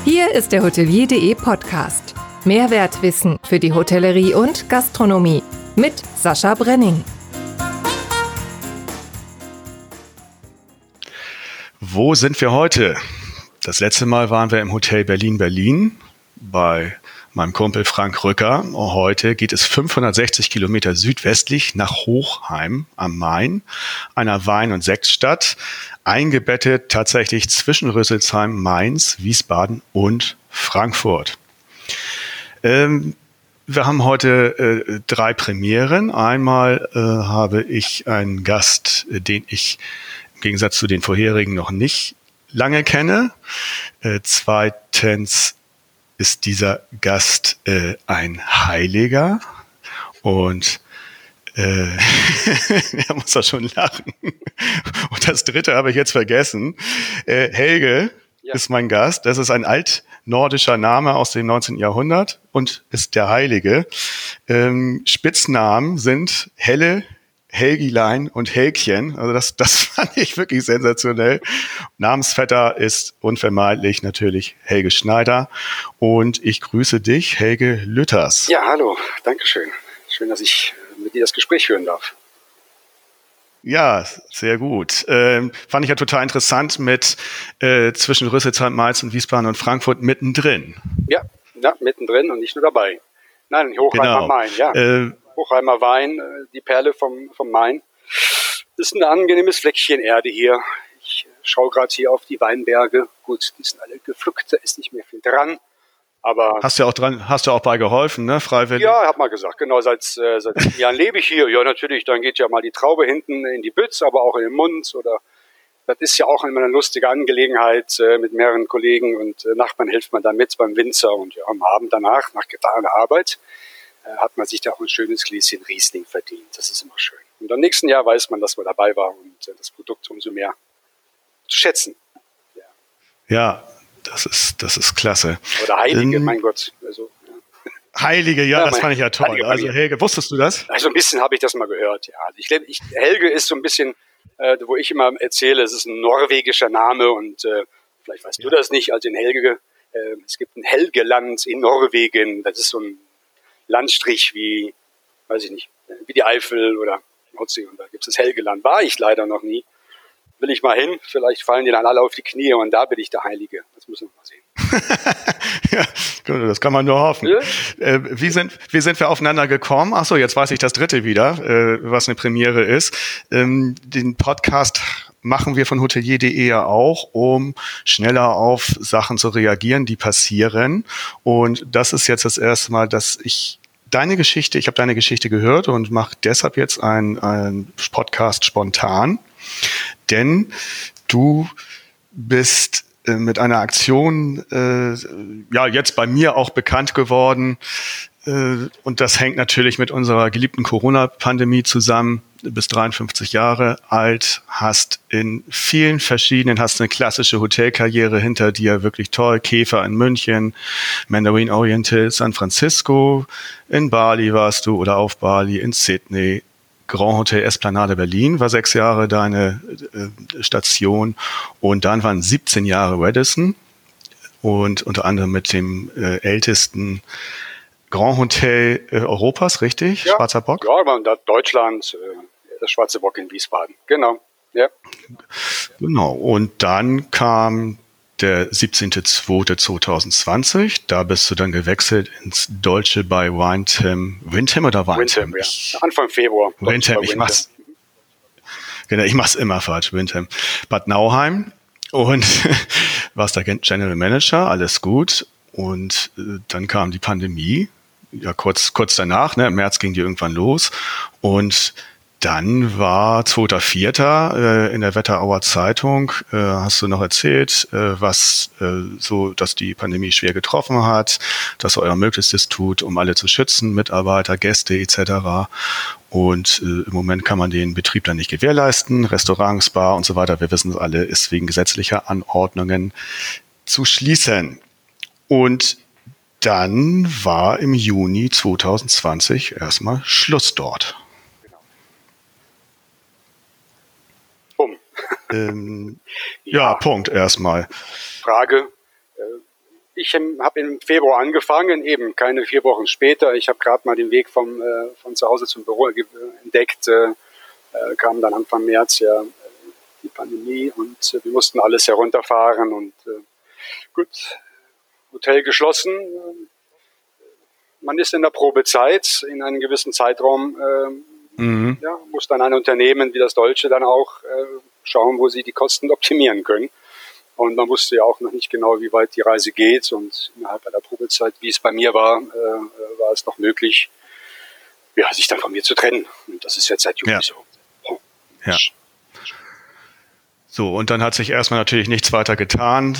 Hier ist der Hotelier.de Podcast. Mehrwertwissen für die Hotellerie und Gastronomie mit Sascha Brenning. Wo sind wir heute? Das letzte Mal waren wir im Hotel Berlin bei meinem Kumpel Frank Rücker. Heute geht es 560 Kilometer südwestlich nach Hochheim am Main, einer Wein- und Sektstadt, eingebettet tatsächlich zwischen Rüsselsheim, Mainz, Wiesbaden und Frankfurt. Wir haben heute 3 Premieren. Einmal habe ich einen Gast, den ich im Gegensatz zu den vorherigen noch nicht lange kenne. Zweitens ist dieser Gast ein Heiliger und er muss da schon lachen. Und das dritte habe ich jetzt vergessen. Helge ist mein Gast. Das ist ein altnordischer Name aus dem 19. Jahrhundert und ist der Heilige. Spitznamen sind Helle, Helgilein und Helgchen. Also das fand ich wirklich sensationell. Namensvetter ist unvermeidlich natürlich Helge Schneider. Und ich grüße dich, Helge Lütters. Ja, hallo. Dankeschön. Schön, dass ich mit dir das Gespräch führen darf. Ja, sehr gut. Fand ich ja total interessant mit zwischen Rüsselsheim, Mainz und Wiesbaden und Frankfurt mittendrin. Ja, mittendrin und nicht nur dabei. Nein, Hochheimer Main, ja. Hochheimer Wein, die Perle vom Main. Das ist ein angenehmes Fleckchen Erde hier. Ich schaue gerade hier auf die Weinberge. Gut, die sind alle gepflückt, da ist nicht mehr viel dran. Aber hast du auch bei geholfen, ne? Freiwillig? Ja, hab mal gesagt, genau, seit 7 Jahren lebe ich hier. Ja, natürlich, dann geht ja mal die Traube hinten in die Bütz, aber auch in den Mund. Oder das ist ja auch immer eine lustige Angelegenheit. Mit mehreren Kollegen und Nachbarn hilft man da mit beim Winzer. Und ja, am Abend danach, nach getaner Arbeit, hat man sich da auch ein schönes Gläschen Riesling verdient. Das ist immer schön. Und am nächsten Jahr weiß man, dass man dabei war und das Produkt umso mehr zu schätzen. Ja, das ist klasse. Oder Heilige, mein Gott. Also, ja. Heilige, ja, das fand ich ja toll. Also Helge, wusstest du das? Also ein bisschen habe ich das mal gehört, ja. Also Helge ist so ein bisschen, wo ich immer erzähle, es ist ein norwegischer Name und vielleicht weißt du das nicht, also in Helge, es gibt ein Helgeland in Norwegen, das ist so ein Landstrich wie, weiß ich nicht, wie die Eifel oder Nordsee und da gibt es das Helgeland. War ich leider noch nie. Will ich mal hin, vielleicht fallen die dann alle auf die Knie und da bin ich der Heilige. Das müssen wir mal sehen. Ja, das kann man nur hoffen. Ja? Wie sind wir aufeinander gekommen? Ach so, jetzt weiß ich das dritte wieder, was eine Premiere ist. Den Podcast machen wir von Hotelier.de ja auch, um schneller auf Sachen zu reagieren, die passieren. Und das ist jetzt das erste Mal, dass ich habe deine Geschichte gehört und mache deshalb jetzt einen Podcast spontan. Denn du bist mit einer Aktion jetzt bei mir auch bekannt geworden. Und das hängt natürlich mit unserer geliebten Corona-Pandemie zusammen. Du bist 53 Jahre alt, hast eine klassische Hotelkarriere hinter dir, wirklich toll. Käfer in München, Mandarin Oriental, San Francisco, in Bali warst du oder auf Bali, in Sydney. Grand Hotel Esplanade Berlin war 6 Jahre deine Station und dann waren 17 Jahre Radisson und unter anderem mit dem ältesten Grand Hotel Europas, richtig? Ja, Schwarzer Bock? Ja, Deutschland, das Schwarze Bock in Wiesbaden, genau. Ja. Genau, und dann kam der 17.02.2020, da bist du dann gewechselt ins Deutsche bei Windham oder Windham? Ja. Anfang Februar. Windham, ich mach's immer falsch, Windham. Bad Nauheim und warst da General Manager, alles gut. Und dann kam die Pandemie, ja kurz danach, ne, im März ging die irgendwann los und dann war 2.4. In der Wetterauer Zeitung, hast du noch erzählt, dass die Pandemie schwer getroffen hat, dass ihr euer Möglichstes tut, um alle zu schützen, Mitarbeiter, Gäste etc. Und im Moment kann man den Betrieb dann nicht gewährleisten, Restaurants, Bar und so weiter, wir wissen es alle, ist wegen gesetzlicher Anordnungen zu schließen. Und dann war im Juni 2020 erstmal Schluss dort. Ja, Punkt erstmal. Frage. ich habe im Februar angefangen, eben keine 4 Wochen später. Ich habe gerade mal den Weg von zu Hause zum Büro entdeckt, kam dann Anfang März ja die Pandemie und wir mussten alles herunterfahren und gut, Hotel geschlossen. Man ist in der Probezeit in einem gewissen Zeitraum, muss dann ein Unternehmen wie das Deutsche dann auch schauen, wo sie die Kosten optimieren können. Und man wusste ja auch noch nicht genau, wie weit die Reise geht. Und innerhalb einer Probezeit, wie es bei mir war, war es noch möglich, sich dann von mir zu trennen. Und das ist jetzt seit Juli so. Ja. So, und dann hat sich erstmal natürlich nichts weiter getan.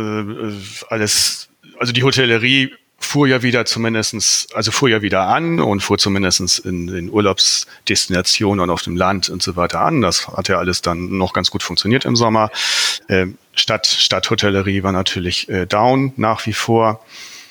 Also die Hotellerie fuhr ja wieder an und fuhr zumindest in den Urlaubsdestinationen und auf dem Land und so weiter an. Das hat ja alles dann noch ganz gut funktioniert im Sommer. Stadthotellerie war natürlich down nach wie vor.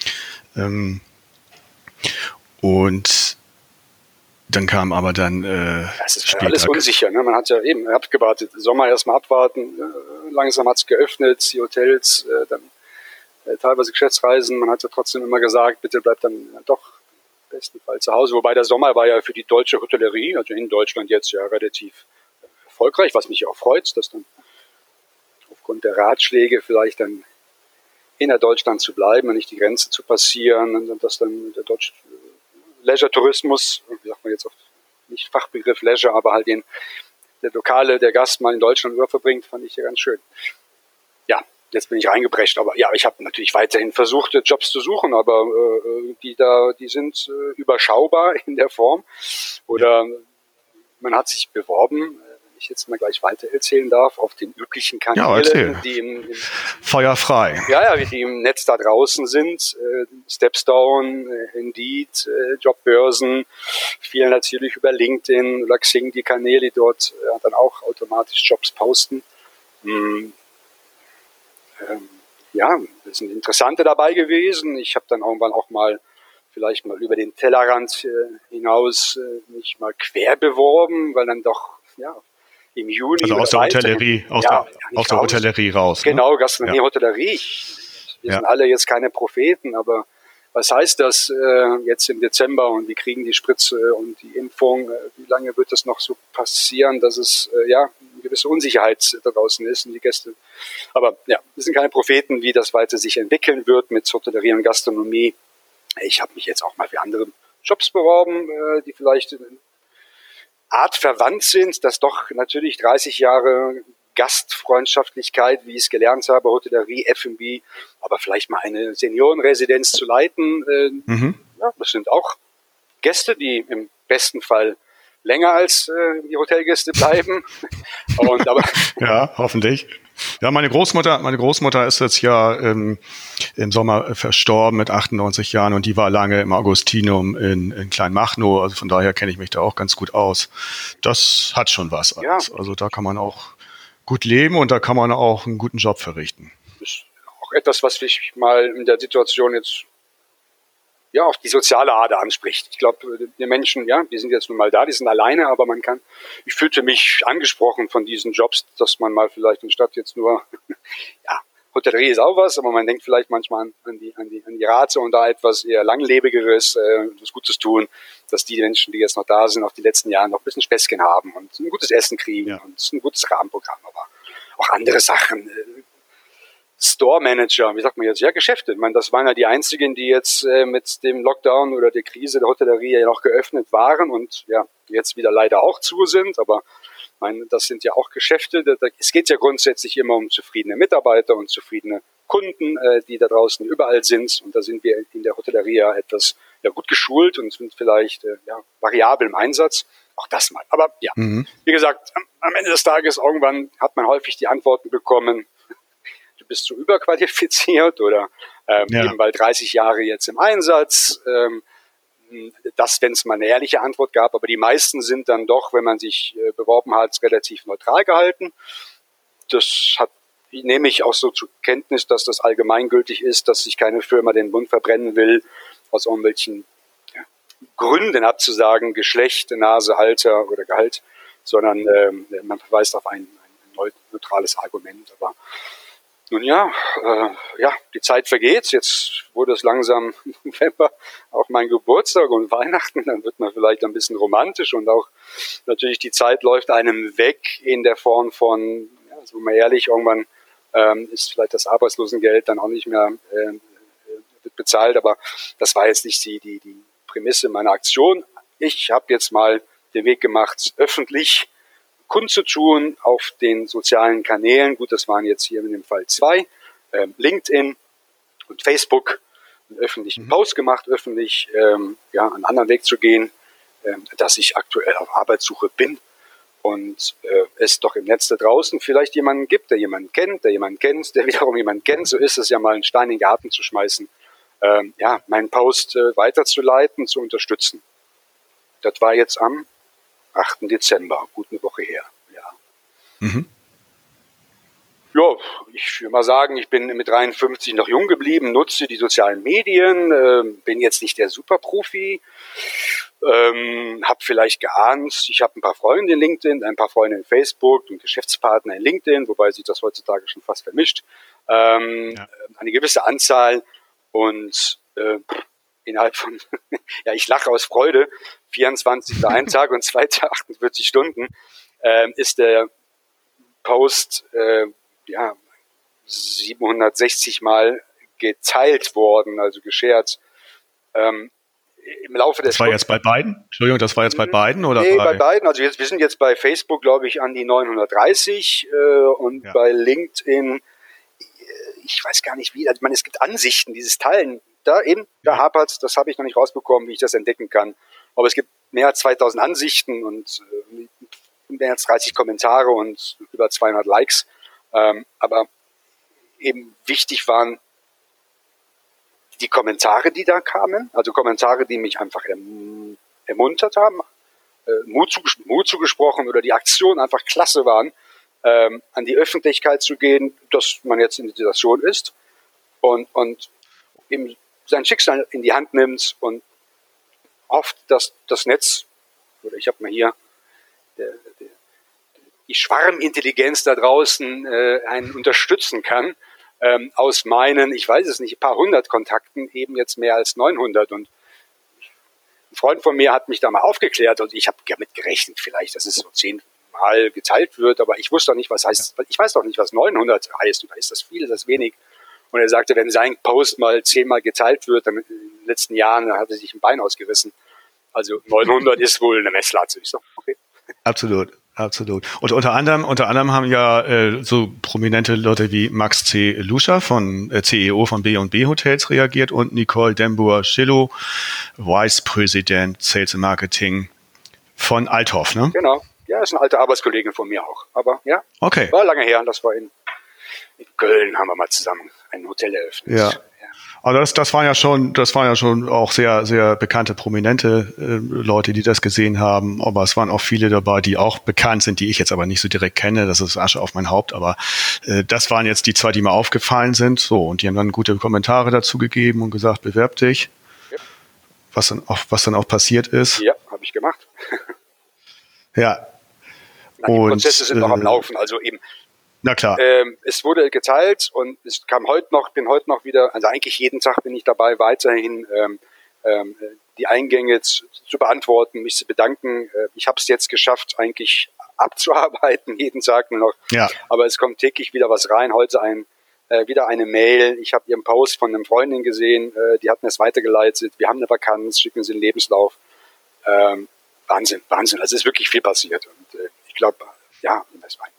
Und dann kam aber dann das ist alles unsicher. Ne? Man hat ja eben abgewartet. Sommer erstmal abwarten. Langsam hat es geöffnet, die Hotels, dann teilweise Geschäftsreisen. Man hat ja trotzdem immer gesagt, bitte bleibt dann doch im besten Fall zu Hause. Wobei der Sommer war ja für die deutsche Hotellerie, also in Deutschland jetzt ja relativ erfolgreich, was mich auch freut, dass dann aufgrund der Ratschläge vielleicht dann in Deutschland zu bleiben und nicht die Grenze zu passieren und dass dann der deutsche Leisure-Tourismus, wie sagt man jetzt auch nicht Fachbegriff Leisure, aber halt der Gast mal in Deutschland überverbringt, fand ich ja ganz schön. Ja, jetzt bin ich reingeprescht, aber ja, ich habe natürlich weiterhin versucht, Jobs zu suchen, aber die sind überschaubar in der Form. Oder man hat sich beworben, wenn ich jetzt mal gleich weiter erzählen darf, auf den üblichen Kanälen, die im feuerfrei. Die im Netz da draußen sind. Stepstone, Indeed, Jobbörsen, viele natürlich über LinkedIn oder Xing, die Kanäle, die dort dann auch automatisch Jobs posten. Das sind interessante dabei gewesen. Ich habe dann irgendwann auch vielleicht mal über den Tellerrand hinaus mich mal quer beworben, weil dann doch, im Juni. Also aus der Hotellerie, Hotellerie raus. Genau, Gastronomie, Hotellerie. Wir sind alle jetzt keine Propheten, aber was heißt das jetzt im Dezember und wir kriegen die Spritze und die Impfung? Wie lange wird das noch so passieren, dass es eine gewisse Unsicherheit da draußen ist und die Gäste. Aber wir sind keine Propheten, wie das weiter sich entwickeln wird mit Hotellerie und Gastronomie. Ich habe mich jetzt auch mal für andere Jobs beworben, die vielleicht artverwandt sind, dass doch natürlich 30 Jahre Gastfreundschaftlichkeit, wie ich es gelernt habe, Hotellerie, F&B, aber vielleicht mal eine Seniorenresidenz zu leiten. Das sind auch Gäste, die im besten Fall länger als die Hotelgäste bleiben. Ja, hoffentlich. Ja, meine Großmutter ist jetzt ja im Sommer verstorben mit 98 Jahren und die war lange im Augustinum in Kleinmachnow. Also von daher kenne ich mich da auch ganz gut aus. Das hat schon was. Ja. Also da kann man auch gut leben und da kann man auch einen guten Job verrichten. Das ist auch etwas, was mich mal in der Situation jetzt auf die soziale Ader anspricht. Ich glaube, die Menschen, die sind jetzt nun mal da, die sind alleine, aber ich fühlte mich angesprochen von diesen Jobs, dass man mal vielleicht anstatt jetzt nur, Hotellerie ist auch was, aber man denkt vielleicht manchmal an die Rate und da etwas eher langlebigeres, etwas Gutes tun, dass die Menschen, die jetzt noch da sind, auf die letzten Jahre noch ein bisschen Späßchen haben und ein gutes Essen kriegen und ein gutes Rahmenprogramm, aber auch andere Sachen, Store Manager, wie sagt man jetzt? Ja, Geschäfte. Ich meine, das waren ja die einzigen, die jetzt mit dem Lockdown oder der Krise der Hotellerie ja noch geöffnet waren und jetzt wieder leider auch zu sind. Aber ich meine, das sind ja auch Geschäfte. Es geht ja grundsätzlich immer um zufriedene Mitarbeiter und zufriedene Kunden, die da draußen überall sind. Und da sind wir in der Hotellerie ja etwas gut geschult und sind vielleicht variabel im Einsatz. Auch das mal. Aber wie gesagt, am Ende des Tages irgendwann hat man häufig die Antworten bekommen, du bist zu überqualifiziert oder eben weil 30 Jahre jetzt im Einsatz. Das, wenn es mal eine ehrliche Antwort gab, aber die meisten sind dann doch, wenn man sich beworben hat, relativ neutral gehalten. Das nehme ich auch so zur Kenntnis, dass das allgemeingültig ist, dass sich keine Firma den Mund verbrennen will, aus irgendwelchen Gründen abzusagen, Geschlecht, Nase, Alter oder Gehalt, sondern man verweist auf ein neutrales Argument. Aber Nun ja, die Zeit vergeht. Jetzt wurde es langsam November, auch mein Geburtstag und Weihnachten. Dann wird man vielleicht ein bisschen romantisch und auch natürlich die Zeit läuft einem weg in der Form von, also mal ehrlich, irgendwann ist vielleicht das Arbeitslosengeld dann auch nicht mehr wird bezahlt. Aber das war jetzt nicht die Prämisse meiner Aktion. Ich habe jetzt mal den Weg gemacht, öffentlich kundzutun auf den sozialen Kanälen. Gut, das waren jetzt hier in dem Fall 2, LinkedIn und Facebook, einen öffentlichen Post gemacht, öffentlich einen anderen Weg zu gehen, dass ich aktuell auf Arbeitssuche bin und es doch im Netz da draußen vielleicht jemanden gibt, der jemanden kennt, der wiederum jemanden kennt. So ist es ja, mal einen Stein in den Garten zu schmeißen, meinen Post weiterzuleiten, zu unterstützen. Das war jetzt am 8. Dezember, gut eine Woche her. Ja. Mhm. Ja, ich will mal sagen, ich bin mit 53 noch jung geblieben, nutze die sozialen Medien, bin jetzt nicht der Superprofi, habe vielleicht geahnt, ich habe ein paar Freunde in LinkedIn, ein paar Freunde in Facebook und Geschäftspartner in LinkedIn, wobei sich das heutzutage schon fast vermischt, eine gewisse Anzahl und innerhalb von, ich lache aus Freude, 24 ein Tag und 2 Tage, 48 Stunden, ist der Post 760 Mal geteilt worden, also geshared. Im Laufe des Das war jetzt bei beiden? Entschuldigung, das war jetzt bei beiden? Oder nee, bei beiden. Also wir sind jetzt bei Facebook, glaube ich, an die 930 und bei LinkedIn, ich weiß gar nicht wie, also es gibt Ansichten, dieses Teilen, da hapert es, das habe ich noch nicht rausbekommen, wie ich das entdecken kann. Aber es gibt mehr als 2000 Ansichten und mehr als 30 Kommentare und über 200 Likes. Aber eben wichtig waren die Kommentare, die da kamen. Also Kommentare, die mich einfach ermuntert haben, Mut zugesprochen oder die Aktion einfach klasse waren, an die Öffentlichkeit zu gehen, dass man jetzt in der Situation ist und eben sein Schicksal in die Hand nimmt und hofft, dass das Netz, oder ich habe mal hier die Schwarmintelligenz da draußen einen unterstützen kann, aus meinen, ich weiß es nicht, ein paar hundert Kontakten eben jetzt mehr als 900. Und ein Freund von mir hat mich da mal aufgeklärt und ich habe damit gerechnet, vielleicht, dass es so 10-mal geteilt wird, aber ich wusste doch nicht, was heißt, ich weiß doch nicht, was 900 heißt, oder ist das viel, ist das wenig? Und er sagte, wenn sein Post mal 10-mal geteilt wird, dann in den letzten Jahren hat er sich ein Bein ausgerissen. Also 900 ist wohl eine Messlatte. Ich sag, okay. Absolut. Und unter anderem haben ja so prominente Leute wie Max C. Luscher von CEO von B&B Hotels reagiert und Nicole Dembour-Schillo, Vice President Sales and Marketing von Althoff, ne? Genau. Ja, ist eine alte Arbeitskollegin von mir auch. Aber ja, okay. War lange her. Das war in Köln, haben wir mal zusammen ein Hotel eröffnet. Ja. Aber das waren ja schon auch sehr, sehr bekannte, prominente Leute, die das gesehen haben. Aber es waren auch viele dabei, die auch bekannt sind, die ich jetzt aber nicht so direkt kenne. Das ist Asche auf mein Haupt. Aber das waren jetzt die 2, die mir aufgefallen sind. So, und die haben dann gute Kommentare dazu gegeben und gesagt, bewerb dich. Ja. Was dann auch passiert ist. Ja, habe ich gemacht. Ja. Die Prozesse sind noch am Laufen. Also eben. Na klar. Es wurde geteilt und es kam bin heute noch wieder, also eigentlich jeden Tag bin ich dabei, weiterhin die Eingänge zu beantworten, mich zu bedanken. Ich habe es jetzt geschafft, eigentlich abzuarbeiten, jeden Tag nur noch. Ja. Aber es kommt täglich wieder was rein. Heute wieder eine Mail. Ich habe Ihren Post von einer Freundin gesehen, die hat mir es weitergeleitet. Wir haben eine Vakanz, schicken Sie einen Lebenslauf. Wahnsinn. Also es ist wirklich viel passiert. Und ich glaube, das war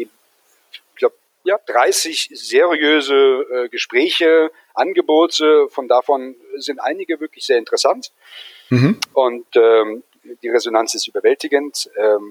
30 seriöse Gespräche, Angebote, davon sind einige wirklich sehr interessant. Mhm. Und die Resonanz ist überwältigend.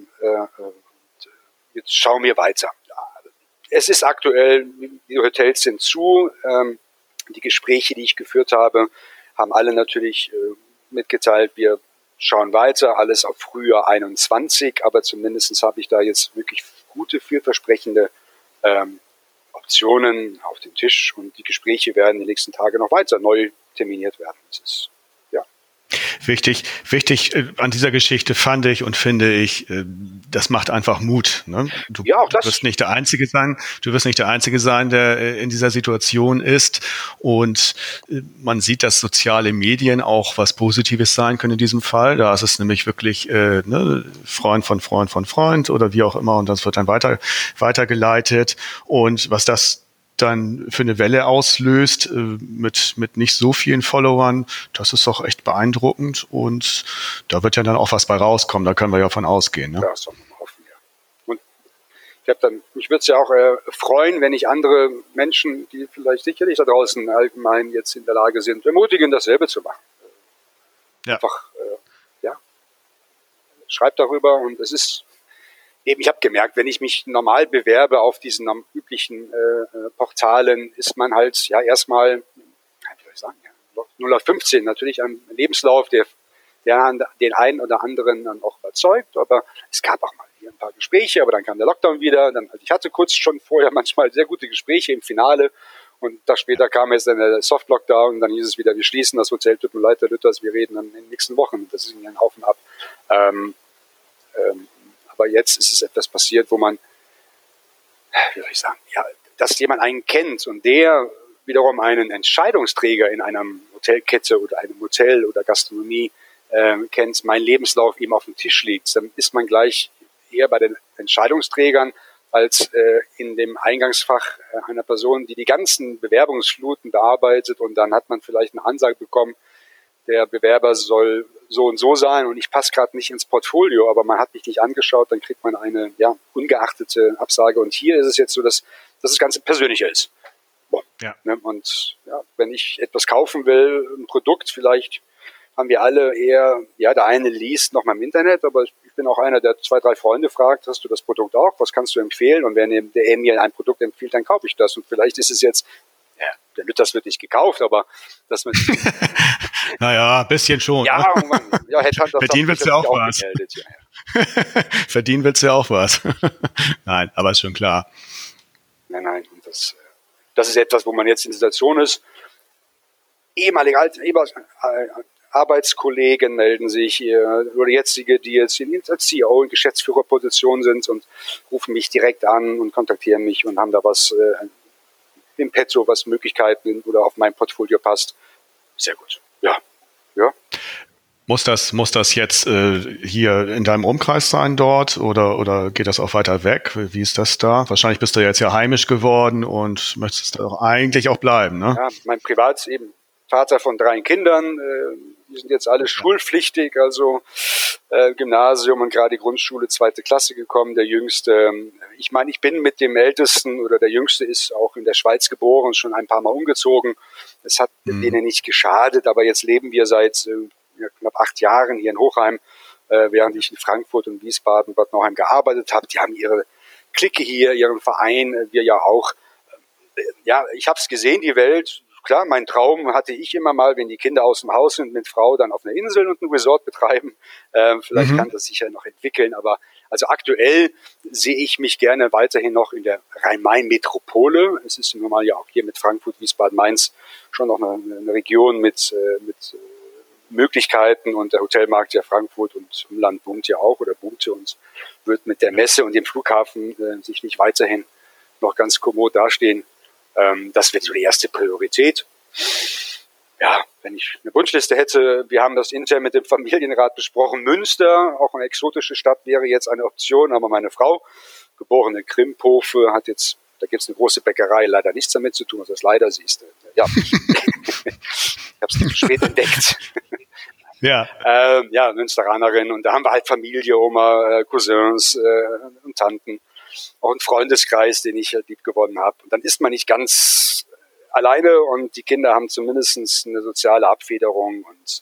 Jetzt schauen wir weiter. Es ist aktuell, die Hotels sind zu. Die Gespräche, die ich geführt habe, haben alle natürlich mitgeteilt, wir schauen weiter, alles auf Frühjahr 21, aber zumindest habe ich da jetzt wirklich gute, vielversprechende Optionen auf dem Tisch und die Gespräche werden die nächsten Tage noch weiter neu terminiert werden. Das ist, Wichtig an dieser Geschichte fand ich und finde ich, das macht einfach Mut. Ne? Du wirst nicht der Einzige sein. Du wirst nicht der Einzige sein, der in dieser Situation ist. Und man sieht, dass soziale Medien auch was Positives sein können in diesem Fall. Da ist es nämlich wirklich Freund von Freund von Freund oder wie auch immer. Und das wird dann weitergeleitet. Und was das dann für eine Welle auslöst mit nicht so vielen Followern, das ist doch echt beeindruckend und da wird ja dann auch was bei rauskommen, da können wir ja von ausgehen. Ne? Ja, das soll man hoffen, ja. Und mich würde es ja auch freuen, wenn ich andere Menschen, die vielleicht sicherlich da draußen allgemein jetzt in der Lage sind, ermutigen, dasselbe zu machen. Ja. Einfach, schreibt darüber und es ist eben, ich habe gemerkt, wenn ich mich normal bewerbe auf diesen üblichen Portalen, ist man halt erstmal, wie soll ich sagen, 0815 natürlich ein Lebenslauf, der den einen oder anderen dann auch überzeugt, aber es gab auch mal hier ein paar Gespräche, aber dann kam der Lockdown wieder, ich hatte kurz schon vorher manchmal sehr gute Gespräche im Finale und da später kam jetzt dann der Soft-Lockdown und dann hieß es wieder, wir schließen das Hotel, tut mir leid, Herr Lütters, wir reden dann in den nächsten Wochen, das ist ein Haufen ab. Aber jetzt ist es etwas passiert, wo man, wie soll ich sagen, dass jemand einen kennt und der wiederum einen Entscheidungsträger in einer Hotelkette oder einem Hotel oder Gastronomie kennt, mein Lebenslauf ihm auf dem Tisch liegt, dann ist man gleich eher bei den Entscheidungsträgern als in dem Eingangsfach einer Person, die ganzen Bewerbungsfluten bearbeitet und dann hat man vielleicht eine Ansage bekommen, der Bewerber soll so und so sein und ich passe gerade nicht ins Portfolio, aber man hat mich nicht angeschaut, dann kriegt man eine ungeachtete Absage. Und hier ist es jetzt so, dass das Ganze persönlicher ist. Ja. Ne? Und wenn ich etwas kaufen will, ein Produkt, vielleicht haben wir alle eher, der eine liest noch mal im Internet, aber ich bin auch einer, der 2, 3 Freunde fragt, hast du das Produkt auch, was kannst du empfehlen? Und wenn der mir ein Produkt empfiehlt, dann kaufe ich das. Und vielleicht ist es jetzt, der Lütters wird nicht gekauft, aber dass man naja, ein bisschen schon. Ja, verdienen willst du ja auch was. Verdienen willst du ja auch was. Nein, aber ist schon klar. Nein. Und das ist etwas, wo man jetzt in der Situation ist. Ehemalige Arbeitskollegen melden sich oder jetzige, die jetzt als CEO in Geschäftsführerposition sind und rufen mich direkt an und kontaktieren mich und haben da was im Petto, was Möglichkeiten oder auf mein Portfolio passt. Sehr gut. Ja. Muss das jetzt hier in deinem Umkreis sein dort oder geht das auch weiter weg? Wie ist das da? Wahrscheinlich bist du jetzt ja heimisch geworden und möchtest auch eigentlich auch bleiben, ne? Ja, mein Privat eben Vater von 3 Kindern. Die sind jetzt alle schulpflichtig, also Gymnasium und gerade die Grundschule 2. Klasse gekommen. Der Jüngste, ich bin mit dem Ältesten oder der Jüngste ist auch in der Schweiz geboren, schon ein paar Mal umgezogen. Es hat denen nicht geschadet, aber jetzt leben wir seit knapp 8 Jahren hier in Hochheim, während ich in Frankfurt und Wiesbaden, Bad Nauheim gearbeitet habe. Die haben ihre Clique hier, ihren Verein, wir ja auch. Ich habe es gesehen, die Welt. Klar, mein Traum hatte ich immer mal, wenn die Kinder aus dem Haus sind, mit Frau dann auf einer Insel und ein Resort betreiben. Vielleicht kann das sich ja noch entwickeln, aber also aktuell sehe ich mich gerne weiterhin noch in der Rhein-Main-Metropole. Es ist nun mal ja auch hier mit Frankfurt, Wiesbaden, Mainz schon noch eine Region mit Möglichkeiten und der Hotelmarkt Frankfurt und Umland boomt ja auch oder boomte und wird mit der Messe und dem Flughafen sich nicht weiterhin noch ganz kommod dastehen. Das wird so die erste Priorität. Ja, wenn ich eine Wunschliste hätte, wir haben das intern mit dem Familienrat besprochen, Münster, auch eine exotische Stadt, wäre jetzt eine Option, aber meine Frau, geborene Krimphofe, da gibt es eine große Bäckerei, leider nichts damit zu tun, also das leider siehst. Ich habe es nicht spät entdeckt. Münsteranerin und da haben wir halt Familie, Oma, Cousins und Tanten. Auch ein Freundeskreis, den ich lieb gewonnen habe. Und dann ist man nicht ganz alleine und die Kinder haben zumindest eine soziale Abfederung. Und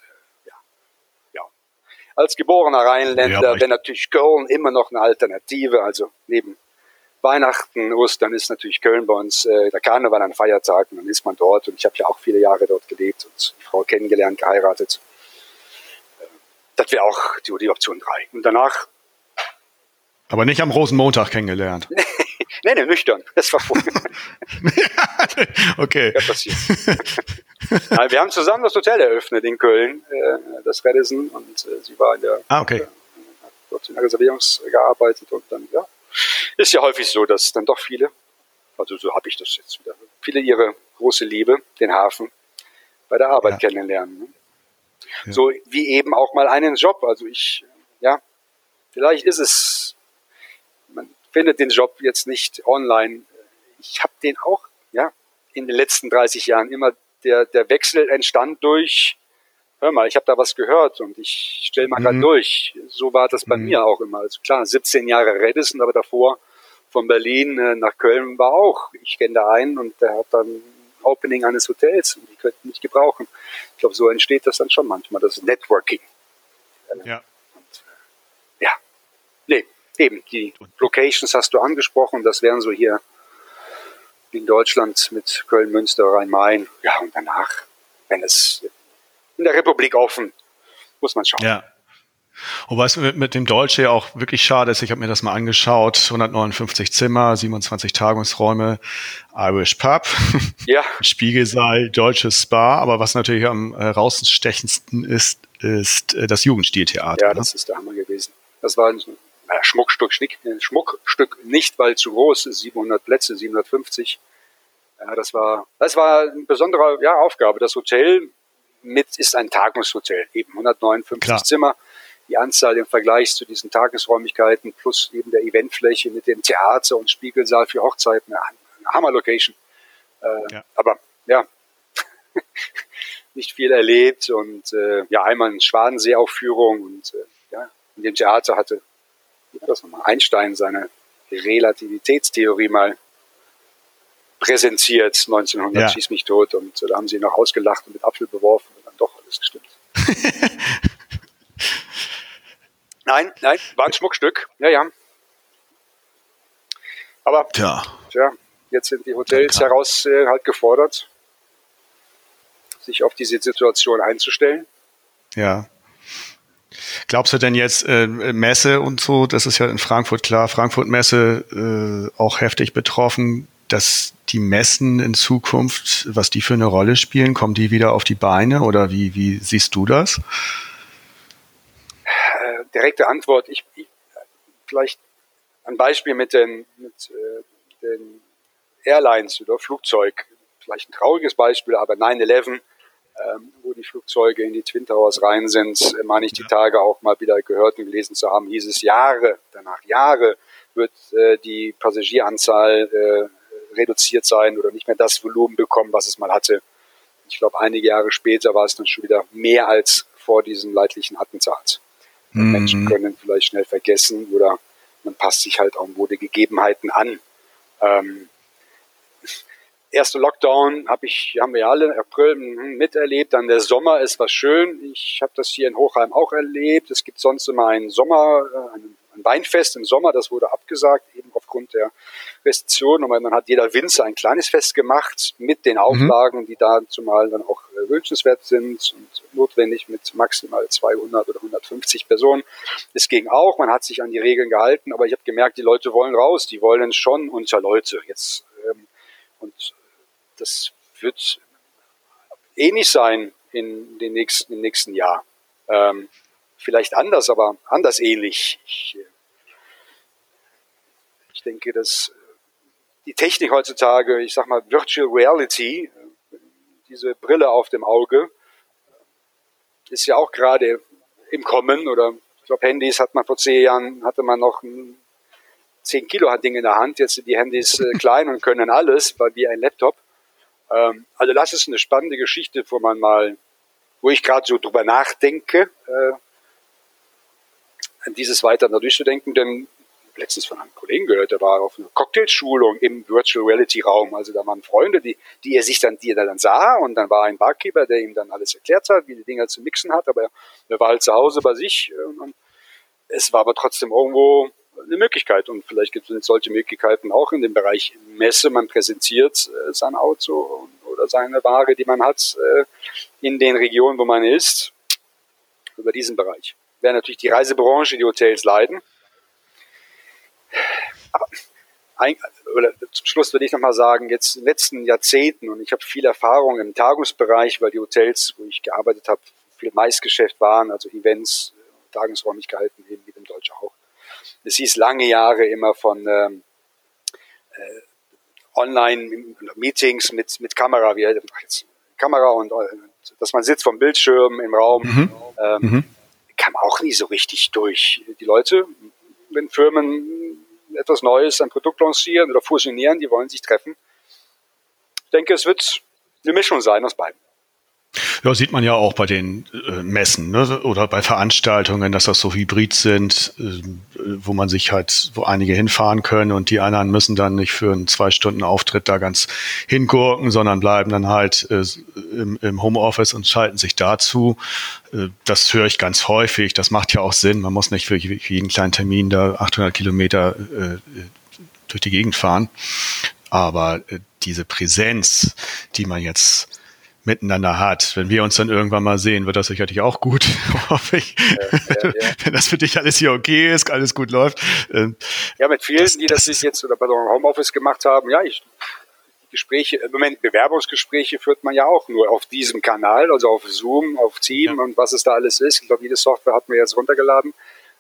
als geborener Rheinländer wäre natürlich Köln immer noch eine Alternative. Also neben Weihnachten, Ostern ist natürlich Köln bei uns der Karneval ein Feiertag und dann ist man dort. Und ich habe ja auch viele Jahre dort gelebt und die Frau kennengelernt, geheiratet. Das wäre auch die Option 3. Und danach aber nicht am Rosenmontag kennengelernt. Nee, nüchtern. Das war vorher. Okay. Ja, passiert. Nein, wir haben zusammen das Hotel eröffnet in Köln, das Radisson, und sie war okay. hat dort in der Reservierung gearbeitet, und dann, ja, ist ja häufig so, dass dann doch viele, also so habe ich das jetzt wieder, viele ihre große Liebe, den Hafen, bei der Arbeit kennenlernen. Ne? Ja. So wie eben auch mal einen Job. Also vielleicht ist es, man findet den Job jetzt nicht online. Ich habe den auch, in den letzten 30 Jahren immer, der Wechsel entstand durch, hör mal, ich habe da was gehört und ich stelle mal gerade durch. So war das bei mir auch immer. Also klar, 17 Jahre Radisson, aber davor von Berlin nach Köln war auch, ich kenne da einen und der hat dann Opening eines Hotels und die könnten mich gebrauchen. Ich glaube, so entsteht das dann schon manchmal, das Networking. Ja. Eben, die Locations hast du angesprochen, das wären so hier in Deutschland mit Köln, Münster, Rhein-Main. Ja, und danach, wenn es in der Republik offen, muss man schauen. Ja. Wobei es mit dem Dolce auch wirklich schade ist. Ich habe mir das mal angeschaut. 159 Zimmer, 27 Tagungsräume, Irish Pub, Spiegelsaal, deutsches Spa. Aber was natürlich am rausstechendsten ist das Jugendstiltheater. Ja, das ist der Hammer gewesen. Das war ein Schmuckstück nicht, weil zu groß ist, 700 Plätze, 750. Ja, das war eine besondere Aufgabe. Das Hotel ist ein Tagungshotel, eben 159 Zimmer. Die Anzahl im Vergleich zu diesen Tagesräumlichkeiten plus eben der Eventfläche mit dem Theater und Spiegelsaal für Hochzeiten, eine Hammer-Location. Aber nicht viel erlebt und einmal eine Schwanensee-Aufführung und in dem Theater hatte Einstein seine Relativitätstheorie mal präsentiert, 1900, schieß mich tot, und da haben sie ihn noch ausgelacht und mit Apfel beworfen und dann doch alles gestimmt. Nein, war ein Schmuckstück, ja. Aber jetzt sind die Hotels halt gefordert, sich auf diese Situation einzustellen. Ja. Glaubst du denn jetzt Messe und so, das ist ja in Frankfurt klar, Frankfurt-Messe auch heftig betroffen, dass die Messen in Zukunft, was die für eine Rolle spielen, kommen die wieder auf die Beine oder wie siehst du das? Direkte Antwort, ich vielleicht ein Beispiel mit den Airlines oder Flugzeug, vielleicht ein trauriges Beispiel, aber 9/11, wo die Flugzeuge in die Twin Towers rein sind, meine ich die Tage auch mal wieder gehört und gelesen zu haben, hieß es Jahre wird die Passagieranzahl reduziert sein oder nicht mehr das Volumen bekommen, was es mal hatte. Ich glaube, einige Jahre später war es dann schon wieder mehr als vor diesem leidlichen Attentat. Menschen können vielleicht schnell vergessen oder man passt sich halt irgendwo die Gegebenheiten an. Erste Lockdown haben wir alle im April miterlebt. Dann der Sommer ist was schön. Ich habe das hier in Hochheim auch erlebt. Es gibt sonst immer ein Weinfest im Sommer. Das wurde abgesagt, eben aufgrund der Restriktionen. Und dann hat jeder Winzer ein kleines Fest gemacht mit den Auflagen, die da zumal dann auch wünschenswert sind und notwendig mit maximal 200 oder 150 Personen. Es ging auch. Man hat sich an die Regeln gehalten. Aber ich habe gemerkt, die Leute wollen raus. Die wollen schon unter Leute jetzt. Und das wird ähnlich sein im nächsten Jahr. Vielleicht anders, aber anders ähnlich. Ich denke, dass die Technik heutzutage, ich sag mal Virtual Reality, diese Brille auf dem Auge, ist ja auch gerade im Kommen. Oder ich glaube, Handys hatte man noch ein 10 Kilo Ding in der Hand. Jetzt sind die Handys klein und können alles, wie ein Laptop. Also das ist eine spannende Geschichte, wo ich gerade so drüber nachdenke, dieses weiter durchzudenken, denn letztens von einem Kollegen gehört, der war auf einer Cocktailschulung im Virtual Reality Raum. Also da waren Freunde, die er dann sah, und dann war ein Barkeeper, der ihm dann alles erklärt hat, wie die Dinger zu mixen hat, aber er war halt zu Hause bei sich. Und es war aber trotzdem irgendwo eine Möglichkeit, und vielleicht gibt es solche Möglichkeiten auch in dem Bereich Messe. Man präsentiert sein Auto oder seine Ware, die man hat, in den Regionen, wo man ist, über diesen Bereich. Wäre natürlich die Reisebranche, die Hotels leiden. Aber oder zum Schluss würde ich nochmal sagen, jetzt in den letzten Jahrzehnten, und ich habe viel Erfahrung im Tagungsbereich, weil die Hotels, wo ich gearbeitet habe, viel Maisgeschäft waren, also Events, Tagungsräumlichkeiten, eben wie dem Deutsch auch. Es hieß lange Jahre immer von Online-Meetings mit Kamera, Kamera und dass man sitzt vom Bildschirm im Raum, kam auch nie so richtig durch. Die Leute, wenn Firmen etwas Neues, ein Produkt lancieren oder fusionieren, die wollen sich treffen. Ich denke, es wird eine Mischung sein aus beiden. Ja, sieht man ja auch bei den Messen, ne? Oder bei Veranstaltungen, dass das so hybrid sind, wo man sich halt, wo einige hinfahren können und die anderen müssen dann nicht für einen 2-Stunden-Auftritt da ganz hingurken, sondern bleiben dann halt im Homeoffice und schalten sich dazu. Das höre ich ganz häufig. Das macht ja auch Sinn. Man muss nicht für jeden kleinen Termin da 800 Kilometer durch die Gegend fahren. Aber diese Präsenz, die man jetzt miteinander hat. Wenn wir uns dann irgendwann mal sehen, wird das sicherlich auch gut, hoffe ich. Ja. Wenn das für dich alles hier okay ist, alles gut läuft. Ja, mit vielen, die das sich jetzt oder bei der Homeoffice gemacht haben, Gespräche, im Moment Bewerbungsgespräche führt man ja auch nur auf diesem Kanal, also auf Zoom, auf Team und was es da alles ist. Ich glaube, jede Software hat mir jetzt runtergeladen.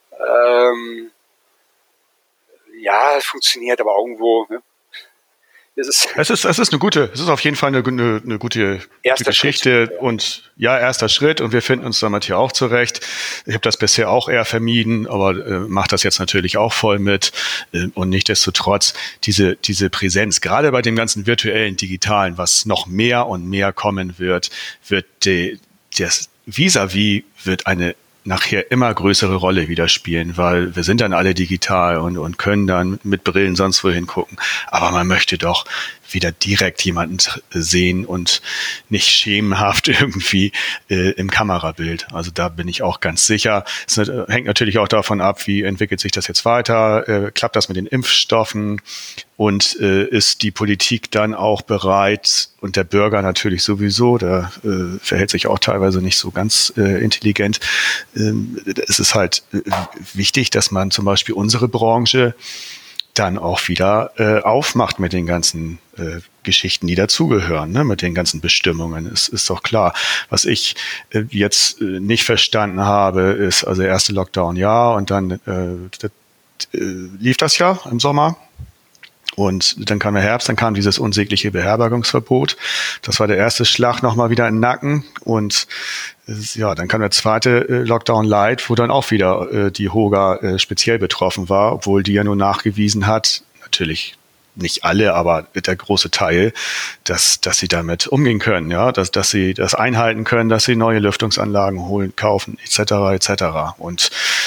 Es funktioniert aber irgendwo, ne? Es ist auf jeden Fall eine gute Geschichte Schritt, und erster Schritt und wir finden uns damit hier auch zurecht. Ich habe das bisher auch eher vermieden, aber mache das jetzt natürlich auch voll mit und nichtsdestotrotz diese Präsenz, gerade bei dem ganzen virtuellen, digitalen, was noch mehr und mehr kommen wird das Vis-à-vis wird eine nachher immer größere Rolle wieder spielen, weil wir sind dann alle digital und können dann mit Brillen sonst wohin gucken. Aber man möchte doch wieder direkt jemanden sehen und nicht schemenhaft irgendwie im Kamerabild. Also da bin ich auch ganz sicher. Es hängt natürlich auch davon ab, wie entwickelt sich das jetzt weiter, klappt das mit den Impfstoffen und ist die Politik dann auch bereit und der Bürger natürlich sowieso, der verhält sich auch teilweise nicht so ganz intelligent. Es ist halt wichtig, dass man zum Beispiel unsere Branche dann auch wieder aufmacht mit den ganzen Geschichten, die dazugehören, ne? Mit den ganzen Bestimmungen. Es ist doch klar. Was ich jetzt nicht verstanden habe, ist also der erste Lockdown und dann lief das ja im Sommer. Und dann kam der Herbst, dann kam dieses unsägliche Beherbergungsverbot. Das war der erste Schlag nochmal wieder in den Nacken. Und dann kam der zweite Lockdown Light, wo dann auch wieder die Hoga speziell betroffen war, obwohl die ja nur nachgewiesen hat, natürlich nicht alle, aber der große Teil, dass sie damit umgehen können, dass sie das einhalten können, dass sie neue Lüftungsanlagen kaufen, etc. Und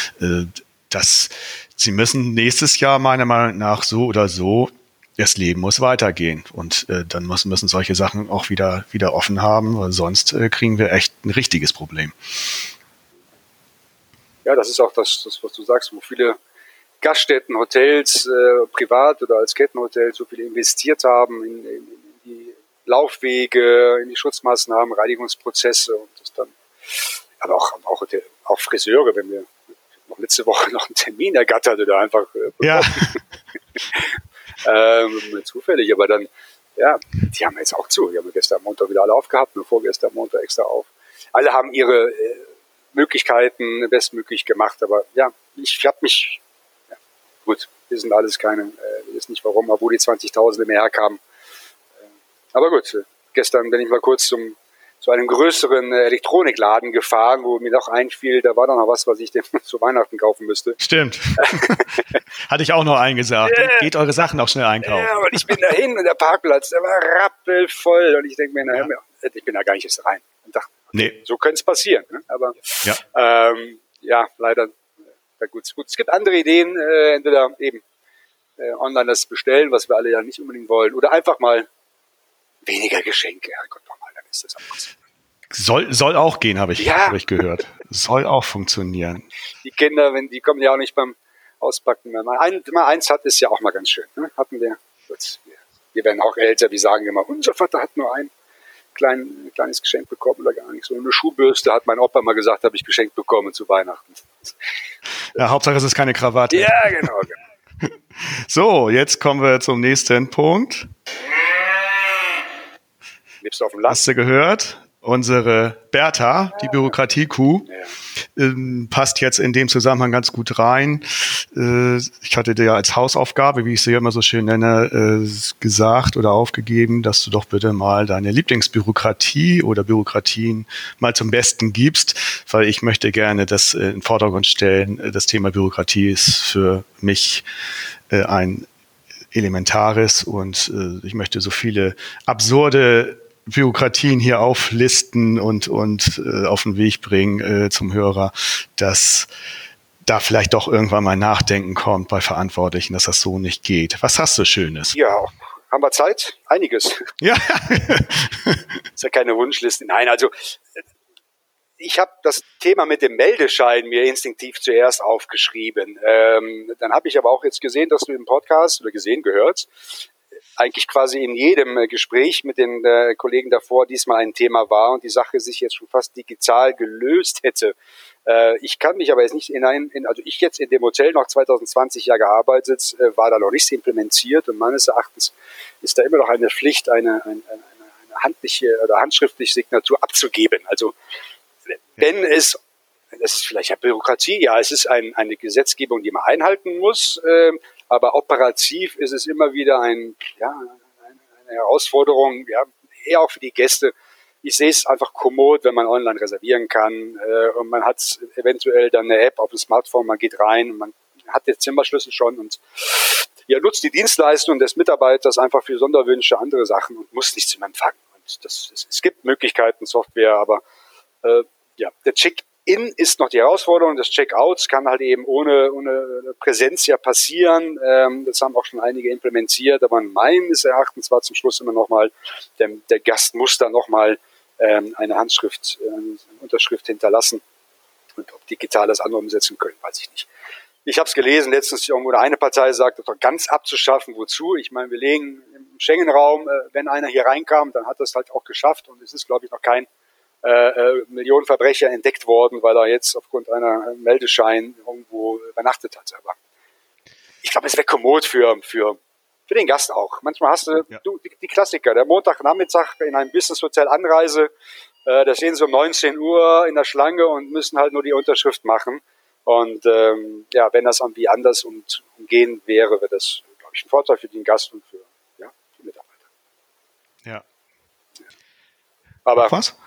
sie müssen nächstes Jahr meiner Meinung nach so oder so, das Leben muss weitergehen und dann müssen solche Sachen auch wieder offen haben, weil sonst kriegen wir echt ein richtiges Problem. Ja, das ist auch das, was du sagst, wo viele Gaststätten, Hotels, privat oder als Kettenhotel so viel investiert haben in die Laufwege, in die Schutzmaßnahmen, Reinigungsprozesse und das dann, aber auch Friseure, wenn wir noch letzte Woche noch einen Termin ergattert oder einfach zufällig, aber dann, die haben jetzt auch zu. Die haben gestern Montag wieder alle aufgehabt, nur vorgestern Montag extra auf. Alle haben ihre Möglichkeiten bestmöglich gemacht, aber ich habe mich, gut, wir sind alles wir wissen nicht warum, obwohl die 20.000 mehr herkamen. Aber gut, gestern bin ich mal kurz zu einem größeren Elektronikladen gefahren, wo mir noch einfiel, da war doch noch was ich dem zu Weihnachten kaufen müsste. Stimmt. Hatte ich auch noch eingesagt. Geht eure Sachen auch schnell einkaufen. Ja, und ich bin dahin und der Parkplatz, der war rappelvoll und ich denke mir, ich bin da gar nicht erst rein. Und dachte, so könnte es passieren. Ne? Aber leider, gut. Es gibt andere Ideen, entweder eben online das bestellen, was wir alle ja nicht unbedingt wollen, oder einfach mal weniger Geschenke. Herrgott, dann ist das auch Soll auch gehen, habe ich gehört. Soll auch funktionieren. Die Kinder, die kommen ja auch nicht beim Auspacken mehr. Mal eins hat, ist ja auch mal ganz schön. Ne? Hatten wir. Wir werden auch älter, wir sagen immer, unser Vater hat nur ein kleines Geschenk bekommen oder gar nicht. So eine Schuhbürste hat mein Opa mal gesagt, habe ich geschenkt bekommen zu Weihnachten. Ja, Hauptsache es ist keine Krawatte. Ja, genau. So, jetzt kommen wir zum nächsten Punkt. Lebst du auf dem Land? Hast du gehört? Unsere Bertha, die Bürokratiekuh, passt jetzt in dem Zusammenhang ganz gut rein. Ich hatte dir als Hausaufgabe, wie ich sie ja immer so schön nenne, gesagt oder aufgegeben, dass du doch bitte mal deine Lieblingsbürokratie oder Bürokratien mal zum Besten gibst, weil ich möchte gerne das in den Vordergrund stellen. Das Thema Bürokratie ist für mich ein elementares und ich möchte so viele absurde Bürokratien hier auflisten und auf den Weg bringen zum Hörer, dass da vielleicht doch irgendwann mal Nachdenken kommt bei Verantwortlichen, dass das so nicht geht. Was hast du Schönes? Ja, haben wir Zeit? Einiges. Ja. Ist ja keine Wunschliste. Nein, also ich habe das Thema mit dem Meldeschein mir instinktiv zuerst aufgeschrieben. Dann habe ich aber auch jetzt gesehen, dass du im Podcast oder gehört, eigentlich quasi in jedem Gespräch mit den Kollegen davor diesmal ein Thema war und die Sache sich jetzt schon fast digital gelöst hätte. Ich kann mich aber jetzt nicht also ich jetzt in dem Hotel noch 2020 ja gearbeitet, war da noch nicht implementiert und meines Erachtens ist da immer noch eine Pflicht, eine handliche oder handschriftliche Signatur abzugeben. Also wenn es, das ist vielleicht ja Bürokratie, ja, es ist eine Gesetzgebung, die man einhalten muss, aber operativ ist es immer wieder eine Herausforderung, ja, eher auch für die Gäste. Ich sehe es einfach kommod, wenn man online reservieren kann und man hat eventuell dann eine App auf dem Smartphone, man geht rein, man hat den Zimmerschlüssel schon und nutzt die Dienstleistung des Mitarbeiters einfach für Sonderwünsche, andere Sachen und muss nichts zum Empfang. Und es gibt Möglichkeiten, Software, aber der Check-in ist noch die Herausforderung. Das Check-out kann halt eben ohne Präsenz ja passieren. Das haben auch schon einige implementiert, aber meines Erachtens war zum Schluss immer nochmal, der Gast muss da nochmal eine Handschrift, eine Unterschrift hinterlassen. Und ob digital das andere umsetzen können, weiß ich nicht. Ich habe es gelesen, letztens irgendwo eine Partei sagt, das doch ganz abzuschaffen, wozu? Ich meine, wir legen im Schengen-Raum, wenn einer hier reinkam, dann hat das halt auch geschafft und es ist, glaube ich, noch kein Millionenverbrecher entdeckt worden, weil er jetzt aufgrund einer Meldeschein irgendwo übernachtet hat. Aber ich glaube, es wäre kommod für den Gast auch. Manchmal hast du die Klassiker, der Montagnachmittag in einem Businesshotel Anreise, da stehen sie um 19 Uhr in der Schlange und müssen halt nur die Unterschrift machen. Und wenn das irgendwie anders und umgehen wäre, wäre das, glaube ich, ein Vorteil für den Gast und für die Mitarbeiter. Ja. Aber was?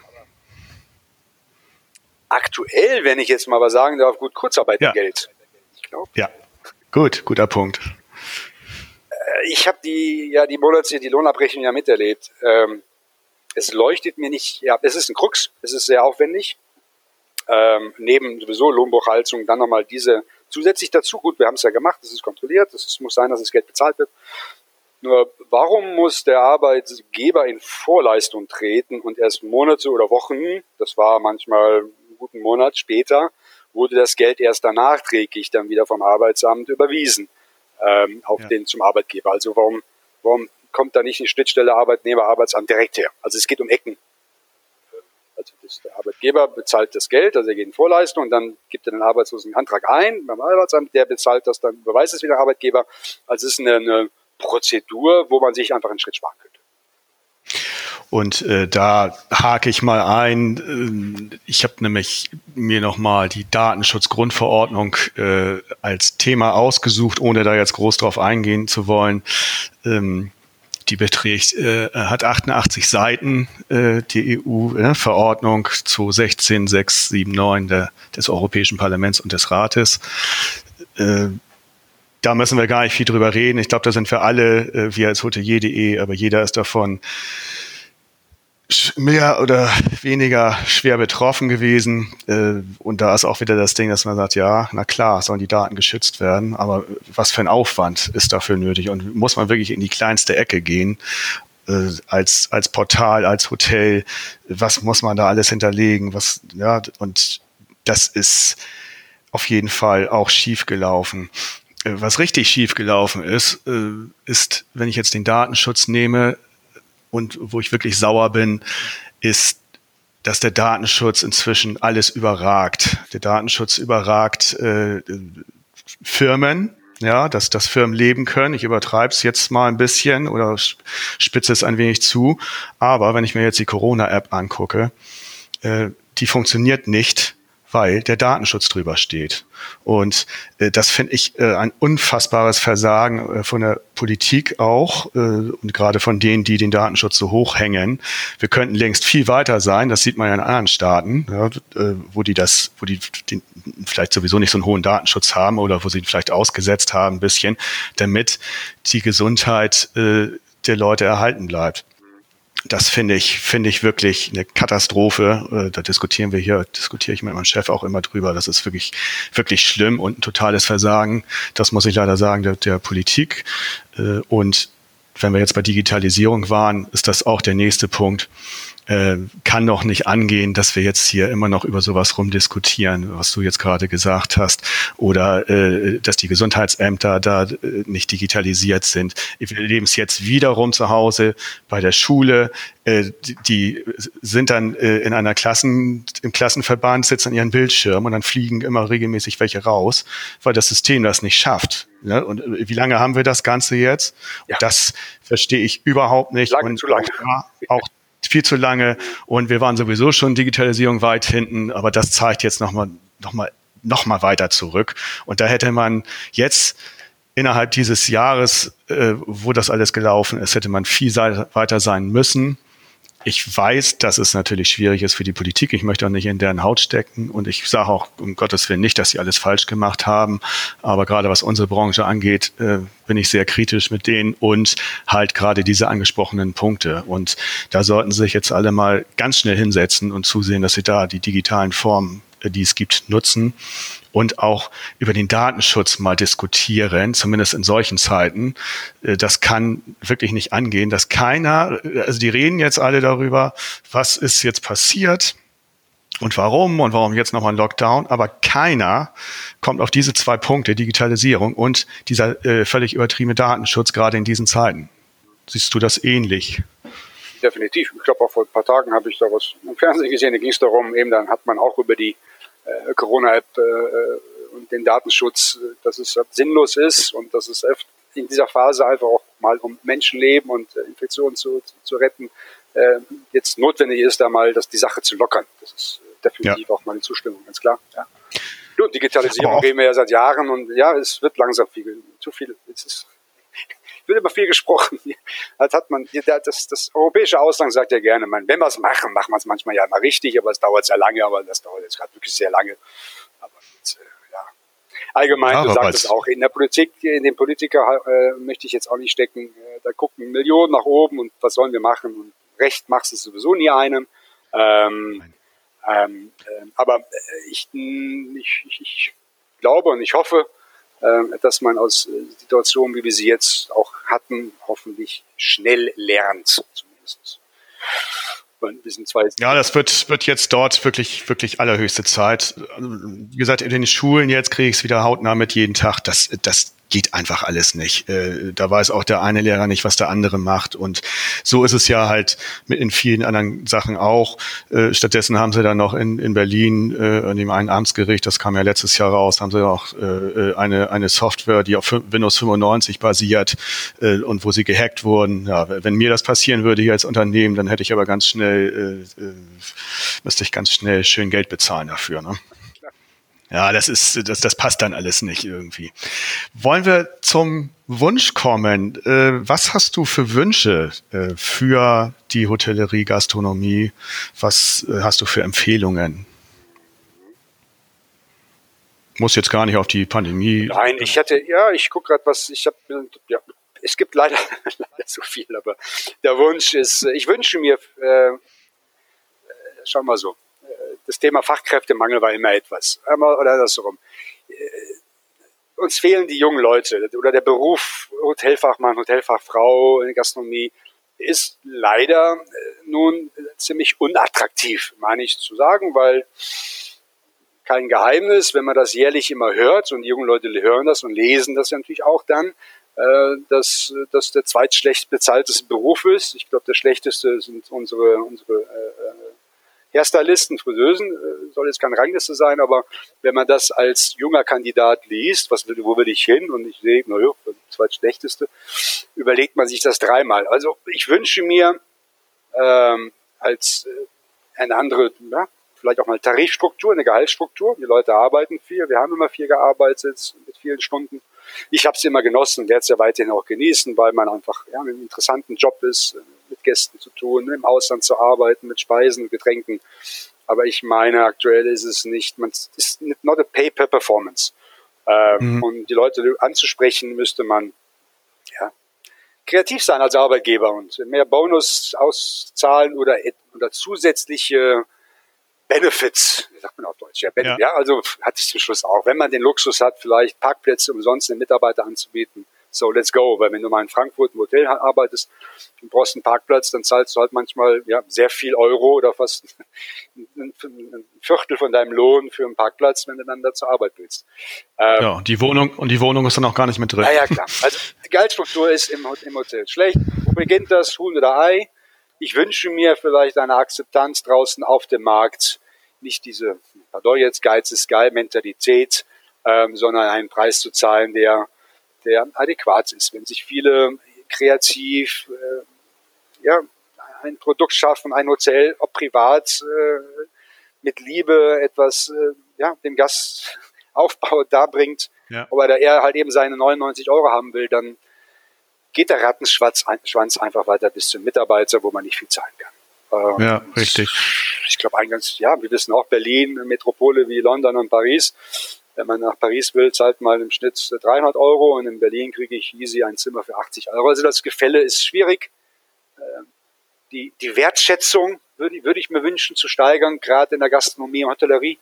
Aktuell, wenn ich jetzt mal was sagen darf, gut, Kurzarbeitergeld. Ich glaube. Ja, guter Punkt. Ich habe die Lohnabrechnung ja miterlebt. Es leuchtet mir nicht, es ist ein Krux, es ist sehr aufwendig. Neben sowieso Lohnbuchhaltung dann nochmal diese zusätzlich dazu. Gut, wir haben es ja gemacht, es ist kontrolliert, es muss sein, dass das Geld bezahlt wird. Nur warum muss der Arbeitgeber in Vorleistung treten und erst Monate oder Wochen, das war manchmal einen guten Monat später, wurde das Geld erst danach nachträglich dann wieder vom Arbeitsamt überwiesen zum Arbeitgeber. Also warum kommt da nicht eine Schnittstelle Arbeitnehmer-Arbeitsamt direkt her? Also es geht um Ecken. Also der Arbeitgeber bezahlt das Geld, also er geht in Vorleistung und dann gibt er den Arbeitslosenantrag ein beim Arbeitsamt, der bezahlt das, dann überweist es wieder der Arbeitgeber. Also es ist eine Prozedur, wo man sich einfach einen Schritt sparen könnte. Und da hake ich mal ein. Ich habe nämlich mir nochmal die Datenschutzgrundverordnung als Thema ausgesucht, ohne da jetzt groß drauf eingehen zu wollen. Die hat 88 Seiten, die EU-Verordnung zu 16679 des Europäischen Parlaments und des Rates. Da müssen wir gar nicht viel drüber reden. Ich glaube, da sind wir alle, wir als hotelier.de, aber jeder ist davon mehr oder weniger schwer betroffen gewesen. Und da ist auch wieder das Ding, dass man sagt, ja, na klar, sollen die Daten geschützt werden, aber was für ein Aufwand ist dafür nötig? Und muss man wirklich in die kleinste Ecke gehen, als Portal, als Hotel? Was muss man da alles hinterlegen? Und das ist auf jeden Fall auch schief gelaufen. Was richtig schief gelaufen ist, wenn ich jetzt den Datenschutz nehme, und wo ich wirklich sauer bin, ist, dass der Datenschutz inzwischen alles überragt. Der Datenschutz überragt Firmen, ja, dass Firmen leben können. Ich übertreibe es jetzt mal ein bisschen oder spitze es ein wenig zu. Aber wenn ich mir jetzt die Corona-App angucke, die funktioniert nicht, weil der Datenschutz drüber steht. Und das finde ich ein unfassbares Versagen von der Politik auch und gerade von denen, die den Datenschutz so hoch hängen. Wir könnten längst viel weiter sein, das sieht man ja in anderen Staaten, ja, wo die vielleicht sowieso nicht so einen hohen Datenschutz haben oder wo sie ihn vielleicht ausgesetzt haben ein bisschen, damit die Gesundheit der Leute erhalten bleibt. Das finde ich wirklich eine Katastrophe. Da diskutiere ich mit meinem Chef auch immer drüber. Das ist wirklich, wirklich schlimm und ein totales Versagen. Das muss ich leider sagen, der Politik. Und wenn wir jetzt bei Digitalisierung waren, ist das auch der nächste Punkt. Kann doch nicht angehen, dass wir jetzt hier immer noch über sowas rumdiskutieren, was du jetzt gerade gesagt hast, oder dass die Gesundheitsämter da nicht digitalisiert sind. Wir leben es jetzt wiederum zu Hause bei der Schule. Die sind dann im Klassenverband, sitzen an ihren Bildschirmen und dann fliegen immer regelmäßig welche raus, weil das System das nicht schafft. Ne? Und wie lange haben wir das Ganze jetzt? Ja. Das verstehe ich überhaupt nicht. Zu lange. Auch viel zu lange und wir waren sowieso schon Digitalisierung weit hinten, aber das zeigt jetzt noch mal weiter zurück. Und da hätte man jetzt innerhalb dieses Jahres, wo das alles gelaufen ist, hätte man viel weiter sein müssen. Ich weiß, dass es natürlich schwierig ist für die Politik. Ich möchte auch nicht in deren Haut stecken. Und ich sage auch um Gottes Willen nicht, dass sie alles falsch gemacht haben. Aber gerade was unsere Branche angeht, bin ich sehr kritisch mit denen und halt gerade diese angesprochenen Punkte. Und da sollten sie sich jetzt alle mal ganz schnell hinsetzen und zusehen, dass sie da die digitalen Formen, die es gibt, nutzen und auch über den Datenschutz mal diskutieren, zumindest in solchen Zeiten. Das kann wirklich nicht angehen, dass keiner, also die reden jetzt alle darüber, was ist jetzt passiert und warum jetzt nochmal ein Lockdown, aber keiner kommt auf diese zwei Punkte, Digitalisierung und dieser völlig übertriebene Datenschutz, gerade in diesen Zeiten. Siehst du das ähnlich? Definitiv. Ich glaube, auch vor ein paar Tagen habe ich da was im Fernsehen gesehen, da ging es darum, eben dann hat man auch über die Corona-App und den Datenschutz, dass es sinnlos ist und dass es in dieser Phase einfach auch mal um Menschenleben und Infektionen zu retten, jetzt notwendig ist, da mal die Sache zu lockern. Das ist definitiv auch meine Zustimmung, ganz klar. Ja. Und Digitalisierung reden wir ja seit Jahren und ja, es wird langsam zu viel. Wird immer viel gesprochen. Das europäische Ausland sagt ja gerne, wenn wir es machen wir es manchmal ja mal richtig, aber es dauert sehr lange, aber das dauert jetzt gerade wirklich sehr lange. Aber allgemein, du sagst es auch, in der Politik, in den Politiker möchte ich jetzt auch nicht stecken. Da gucken Millionen nach oben und was sollen wir machen? Und Recht machst du sowieso nie einem. Aber ich glaube und ich hoffe, dass man aus Situationen, wie wir sie jetzt auch hatten, hoffentlich schnell lernt, zumindest. Ja, das wird jetzt dort wirklich, wirklich allerhöchste Zeit. Wie gesagt, in den Schulen jetzt kriege ich es wieder hautnah mit jeden Tag. Das geht einfach alles nicht. Da weiß auch der eine Lehrer nicht, was der andere macht. Und so ist es ja halt mit in vielen anderen Sachen auch. Stattdessen haben sie dann noch in Berlin, in dem einen Amtsgericht, das kam ja letztes Jahr raus, haben sie auch eine Software, die auf Windows 95 basiert und wo sie gehackt wurden. Ja, wenn mir das passieren würde hier als Unternehmen, dann hätte ich aber müsste ich ganz schnell schön Geld bezahlen dafür, ne? Ja, das passt dann alles nicht irgendwie. Wollen wir zum Wunsch kommen? Was hast du für Wünsche für die Hotellerie, Gastronomie? Was hast du für Empfehlungen? Muss jetzt gar nicht auf die Pandemie. Nein, ich gucke gerade was, es gibt leider so viel, aber der Wunsch ist, ich wünsche mir, schau mal so, das Thema Fachkräftemangel war immer etwas. Oder andersrum. Uns fehlen die jungen Leute. Oder der Beruf Hotelfachmann, Hotelfachfrau in der Gastronomie ist leider nun ziemlich unattraktiv, meine ich zu sagen, weil kein Geheimnis, wenn man das jährlich immer hört, und die jungen Leute hören das und lesen das ja natürlich auch dann, dass das der zweitschlecht bezahlteste Beruf ist. Ich glaube, der schlechteste sind unsere Hairstylisten, Friseusen, soll jetzt keine Rangliste sein, aber wenn man das als junger Kandidat liest, wo will ich hin? Und ich sehe, naja, das zweitschlechteste, überlegt man sich das dreimal. Also ich wünsche mir als eine andere, vielleicht auch mal Tarifstruktur, eine Gehaltsstruktur. Die Leute arbeiten viel, wir haben immer viel gearbeitet mit vielen Stunden. Ich habe es immer genossen, werde es ja weiterhin auch genießen, weil man einfach einen interessanten Job ist, mit Gästen zu tun, im Ausland zu arbeiten, mit Speisen und Getränken. Aber ich meine, aktuell ist es nicht, ist not a pay per performance. Und die Leute anzusprechen, müsste man kreativ sein als Arbeitgeber und mehr Bonus auszahlen oder zusätzliche Benefits, wie sagt man auf Deutsch? Ja, also hatte ich zum Schluss auch. Wenn man den Luxus hat, vielleicht Parkplätze umsonst den Mitarbeiter anzubieten, so let's go. Weil wenn du mal in Frankfurt im Hotel arbeitest und brauchst einen Parkplatz, dann zahlst du halt manchmal sehr viel Euro oder fast ein Viertel von deinem Lohn für einen Parkplatz, wenn du dann da zur Arbeit willst. Die Wohnung ist dann auch gar nicht mit drin. Ja, klar. Also die Gehaltsstruktur ist im Hotel schlecht. Wo beginnt das? Huhn oder Ei? Ich wünsche mir vielleicht eine Akzeptanz draußen auf dem Markt, nicht diese, jetzt Geiz ist geil Mentalität, sondern einen Preis zu zahlen, der adäquat ist. Wenn sich viele kreativ ein Produkt schaffen, ein Hotel, ob privat, mit Liebe etwas dem Gast aufbaut, darbringt, aber er halt eben seine 99 € haben will, dann geht der Rattenschwanz einfach weiter bis zum Mitarbeiter, wo man nicht viel zahlen kann. Richtig. Ich glaube, wir wissen auch, Berlin, Metropole wie London und Paris. Wenn man nach Paris will, zahlt man im Schnitt 300 € und in Berlin kriege ich easy ein Zimmer für 80 €. Also das Gefälle ist schwierig. Die Wertschätzung würde ich mir wünschen zu steigern, gerade in der Gastronomie und Hotellerie.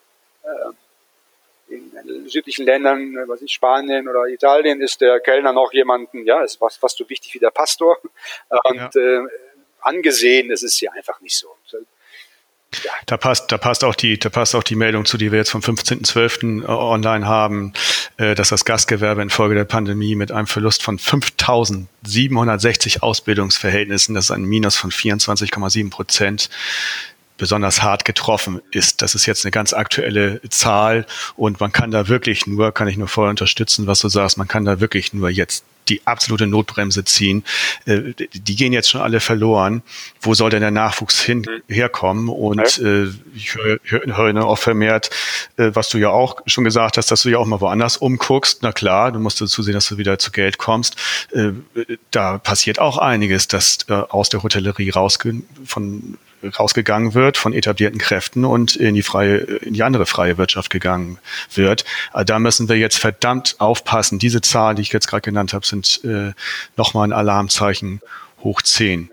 In südlichen Ländern, Spanien oder Italien, ist der Kellner noch jemanden, ist fast so wichtig wie der Pastor. Und angesehen, das ist hier einfach nicht so. Ja. Da passt auch die Meldung zu, die wir jetzt vom 15.12. online haben, dass das Gastgewerbe infolge der Pandemie mit einem Verlust von 5.760 Ausbildungsverhältnissen, das ist ein Minus von 24,7%, besonders hart getroffen ist. Das ist jetzt eine ganz aktuelle Zahl und man kann da wirklich kann ich nur voll unterstützen, was du sagst, man kann da wirklich nur jetzt die absolute Notbremse ziehen. Die gehen jetzt schon alle verloren. Wo soll denn der Nachwuchs herkommen? Und ich höre auch vermehrt, was du ja auch schon gesagt hast, dass du ja auch mal woanders umguckst. Na klar, du musst dazu sehen, dass du wieder zu Geld kommst. Da passiert auch einiges, dass aus der Hotellerie rausgegangen wird von etablierten Kräften und in die andere freie Wirtschaft gegangen wird. Da müssen wir jetzt verdammt aufpassen. Diese Zahlen, die ich jetzt gerade genannt habe, sind nochmal ein Alarmzeichen hoch 10.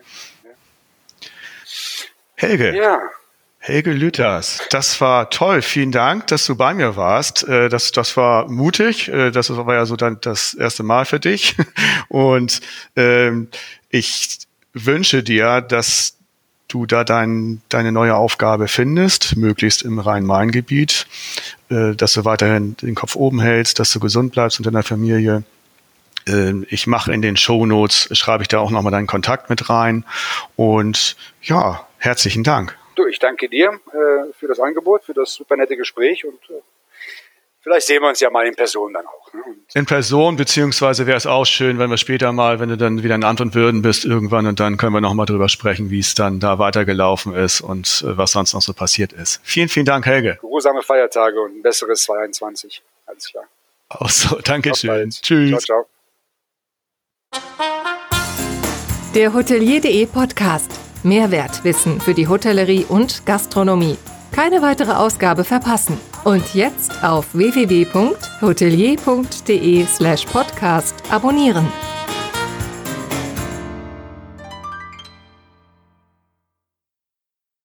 Helge. Helge Lüthers, das war toll. Vielen Dank, dass du bei mir warst. Das war mutig. Das war ja so dann das erste Mal für dich. Und ich wünsche dir, dass du da deine neue Aufgabe findest, möglichst im Rhein-Main-Gebiet, dass du weiterhin den Kopf oben hältst, dass du gesund bleibst und deiner Familie. Ich mache in den Shownotes, schreibe ich da auch nochmal deinen Kontakt mit rein. Und herzlichen Dank. Du, ich danke dir für das Angebot, für das super nette Gespräch und vielleicht sehen wir uns ja mal in Person dann auch. Ne? In Person, beziehungsweise wäre es auch schön, wenn wir später mal, wenn du dann wieder in Amt und Würden bist irgendwann und dann können wir nochmal drüber sprechen, wie es dann da weitergelaufen ist und was sonst noch so passiert ist. Vielen, vielen Dank, Helge. Geruhsame Feiertage und ein besseres 2021. Alles klar. Auch so, danke schön. Tschüss. Ciao, ciao. Der Hotelier.de Podcast. Mehrwertwissen für die Hotellerie und Gastronomie. Keine weitere Ausgabe verpassen. Und jetzt auf www.hotelier.de/podcast abonnieren.